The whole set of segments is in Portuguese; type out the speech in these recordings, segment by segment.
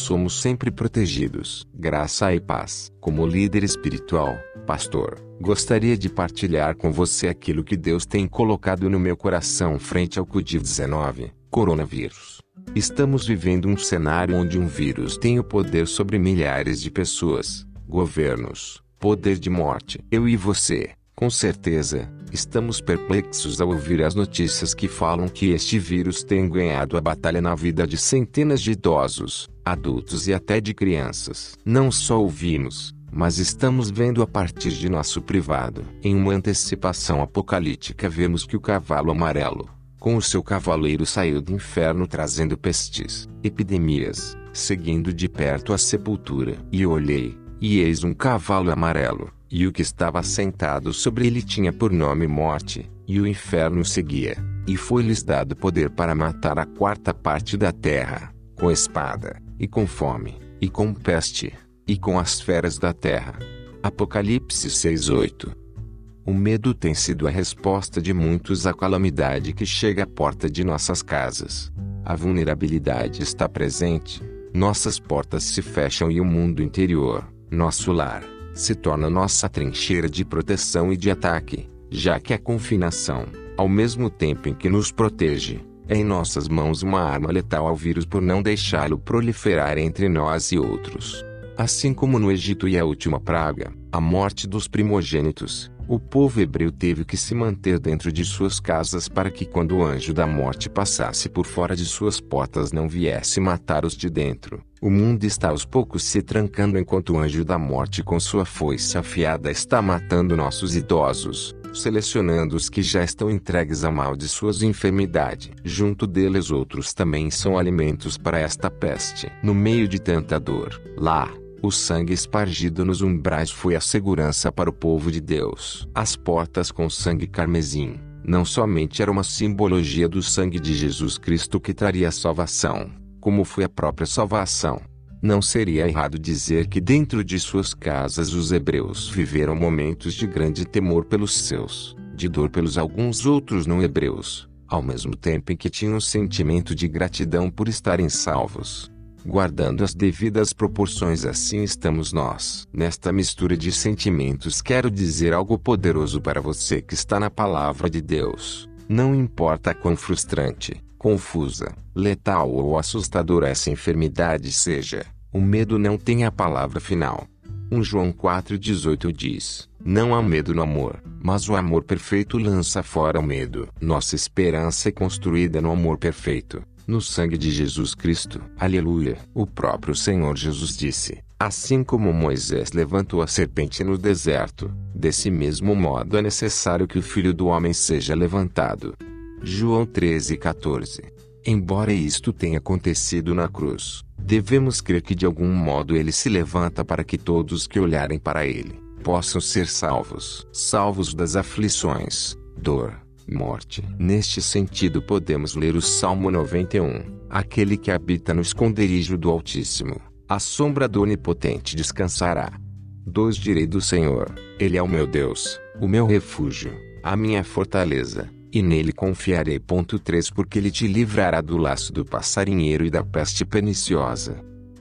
somos sempre protegidos. Graça e paz. Como líder espiritual, pastor, gostaria de partilhar com você aquilo que Deus tem colocado no meu coração frente ao Covid-19, coronavírus. Estamos vivendo um cenário onde um vírus tem o poder sobre milhares de pessoas, governos, poder de morte. Eu e você, com certeza, estamos perplexos ao ouvir as notícias que falam que este vírus tem ganhado a batalha na vida de centenas de idosos, adultos e até de crianças. Não só ouvimos, mas estamos vendo a partir de nosso privado. Em uma antecipação apocalíptica vemos que o cavalo amarelo, com o seu cavaleiro, saiu do inferno trazendo pestes, epidemias, seguindo de perto a sepultura. E olhei, e eis um cavalo amarelo, e o que estava sentado sobre ele tinha por nome Morte, e o inferno seguia, e foi-lhes dado poder para matar a quarta parte da terra, com espada, e com fome, e com peste, e com as feras da terra. Apocalipse 6:8. O medo tem sido a resposta de muitos à calamidade que chega à porta de nossas casas. A vulnerabilidade está presente. Nossas portas se fecham e o mundo interior, nosso lar, se torna nossa trincheira de proteção e de ataque, já que a confinação, ao mesmo tempo em que nos protege, é em nossas mãos uma arma letal ao vírus por não deixá-lo proliferar entre nós e outros. Assim como no Egito e a última praga, a morte dos primogênitos, o povo hebreu teve que se manter dentro de suas casas para que quando o anjo da morte passasse por fora de suas portas não viesse matar os de dentro. O mundo está aos poucos se trancando enquanto o anjo da morte com sua foice afiada está matando nossos idosos, selecionando os que já estão entregues ao mal de suas enfermidades. Junto deles outros também são alimentos para esta peste. No meio de tanta dor, lá, o sangue espargido nos umbrais foi a segurança para o povo de Deus. As portas com sangue carmesim, não somente era uma simbologia do sangue de Jesus Cristo que traria a salvação, como foi a própria salvação. Não seria errado dizer que dentro de suas casas os hebreus viveram momentos de grande temor pelos seus, de dor pelos alguns outros não hebreus, ao mesmo tempo em que tinham um sentimento de gratidão por estarem salvos. Guardando as devidas proporções, assim estamos nós. Nesta mistura de sentimentos quero dizer algo poderoso para você que está na palavra de Deus. Não importa quão frustrante, confusa, letal ou assustadora essa enfermidade seja, o medo não tem a palavra final. 1 João 4,18 diz: não há medo no amor, mas o amor perfeito lança fora o medo. Nossa esperança é construída no amor perfeito, no sangue de Jesus Cristo. Aleluia. O próprio Senhor Jesus disse: assim como Moisés levantou a serpente no deserto, desse mesmo modo é necessário que o Filho do Homem seja levantado. João 13,14. Embora isto tenha acontecido na cruz, devemos crer que de algum modo ele se levanta para que todos que olharem para ele possam ser salvos. Salvos das aflições, dor, morte. Neste sentido podemos ler o Salmo 91. Aquele que habita no esconderijo do Altíssimo, à sombra do Onipotente descansará. 2 Direi do Senhor: Ele é o meu Deus, o meu refúgio, a minha fortaleza, e nele confiarei. 3 Porque ele te livrará do laço do passarinheiro e da peste perniciosa.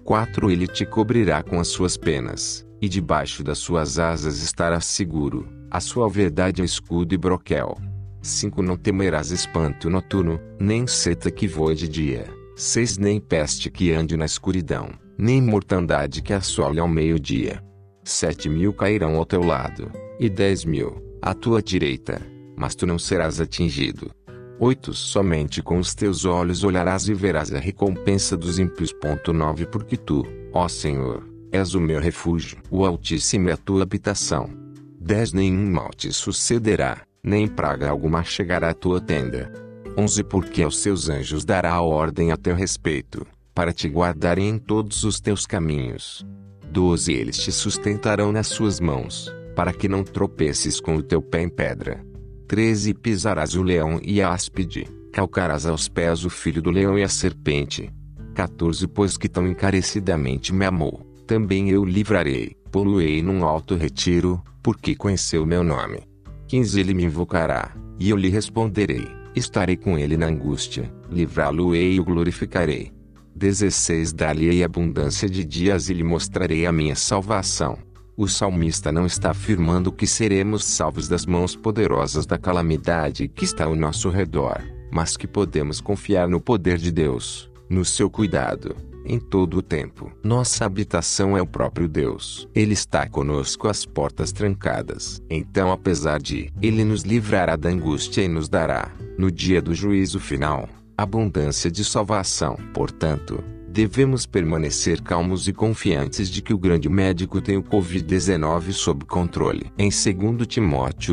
4 Ele te cobrirá com as suas penas, e debaixo das suas asas estarás seguro, a sua verdade é escudo e broquel. 5 Não temerás espanto noturno, nem seta que voe de dia. 6 Nem peste que ande na escuridão, nem mortandade que assole ao meio-dia. 7.000 cairão ao teu lado, e 10.000 à tua direita, mas tu não serás atingido. 8 Somente com os teus olhos olharás e verás a recompensa dos ímpios. 9 Porque tu, ó Senhor, és o meu refúgio, o Altíssimo é a tua habitação. 10 Nenhum mal te sucederá, nem praga alguma chegará à tua tenda. 11 Porque aos seus anjos dará a ordem a teu respeito, para te guardarem em todos os teus caminhos. 12 Eles te sustentarão nas suas mãos, para que não tropeces com o teu pé em pedra. 13 Pisarás o leão e a áspide, calcarás aos pés o filho do leão e a serpente. 14 Pois que tão encarecidamente me amou, também eu livrarei, pô-lo-ei num alto retiro, porque conheceu o meu nome. 15 Ele me invocará, e eu lhe responderei, estarei com ele na angústia, livrá-lo-ei e o glorificarei. 16 Dar-lhe abundância de dias e lhe mostrarei a minha salvação. O salmista não está afirmando que seremos salvos das mãos poderosas da calamidade que está ao nosso redor, mas que podemos confiar no poder de Deus, no seu cuidado, em todo o tempo. Nossa habitação é o próprio Deus. Ele está conosco às portas trancadas. Então, apesar de Ele nos livrará da angústia e nos dará, no dia do juízo final, abundância de salvação. Portanto, devemos permanecer calmos e confiantes de que o grande médico tem o Covid-19 sob controle. Em 2 Timóteo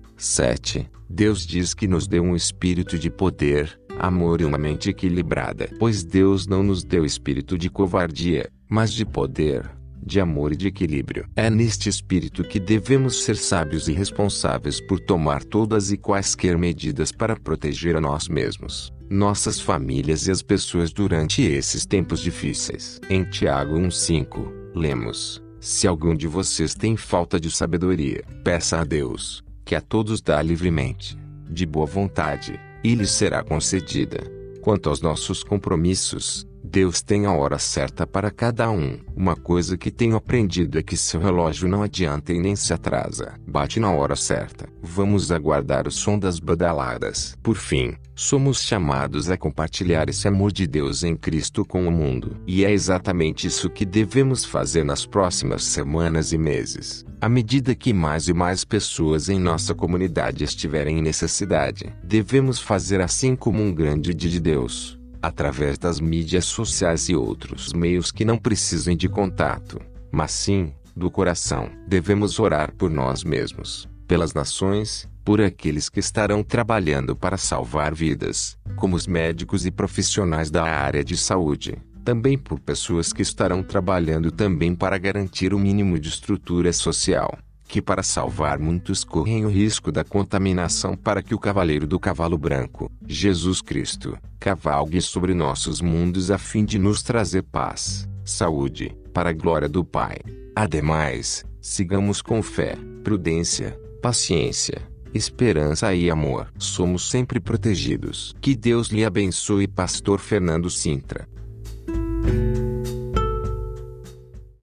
1:7, Deus diz que nos deu um espírito de poder, amor e uma mente equilibrada. Pois Deus não nos deu espírito de covardia, mas de poder, de amor e de equilíbrio. É neste espírito que devemos ser sábios e responsáveis por tomar todas e quaisquer medidas para proteger a nós mesmos, nossas famílias e as pessoas durante esses tempos difíceis. Em Tiago 1:5, lemos: Se algum de vocês tem falta de sabedoria, peça a Deus, que a todos dá livremente, de boa vontade, e lhes será concedida. Quanto aos nossos compromissos, Deus tem a hora certa para cada um. Uma coisa que tenho aprendido é que seu relógio não adianta e nem se atrasa. Bate na hora certa. Vamos aguardar o som das badaladas. Por fim, somos chamados a compartilhar esse amor de Deus em Cristo com o mundo. E é exatamente isso que devemos fazer nas próximas semanas e meses. À medida que mais e mais pessoas em nossa comunidade estiverem em necessidade, devemos fazer assim como um grande dia de Deus, através das mídias sociais e outros meios que não precisem de contato, mas sim, do coração. Devemos orar por nós mesmos, pelas nações, por aqueles que estarão trabalhando para salvar vidas, como os médicos e profissionais da área de saúde. Também por pessoas que estarão trabalhando também para garantir o mínimo de estrutura social, que para salvar muitos correm o risco da contaminação, para que o cavaleiro do cavalo branco, Jesus Cristo, cavalgue sobre nossos mundos a fim de nos trazer paz, saúde, para a glória do Pai. Ademais, sigamos com fé, prudência, paciência, esperança e amor. Somos sempre protegidos. Que Deus lhe abençoe. Pastor Fernando Sintra.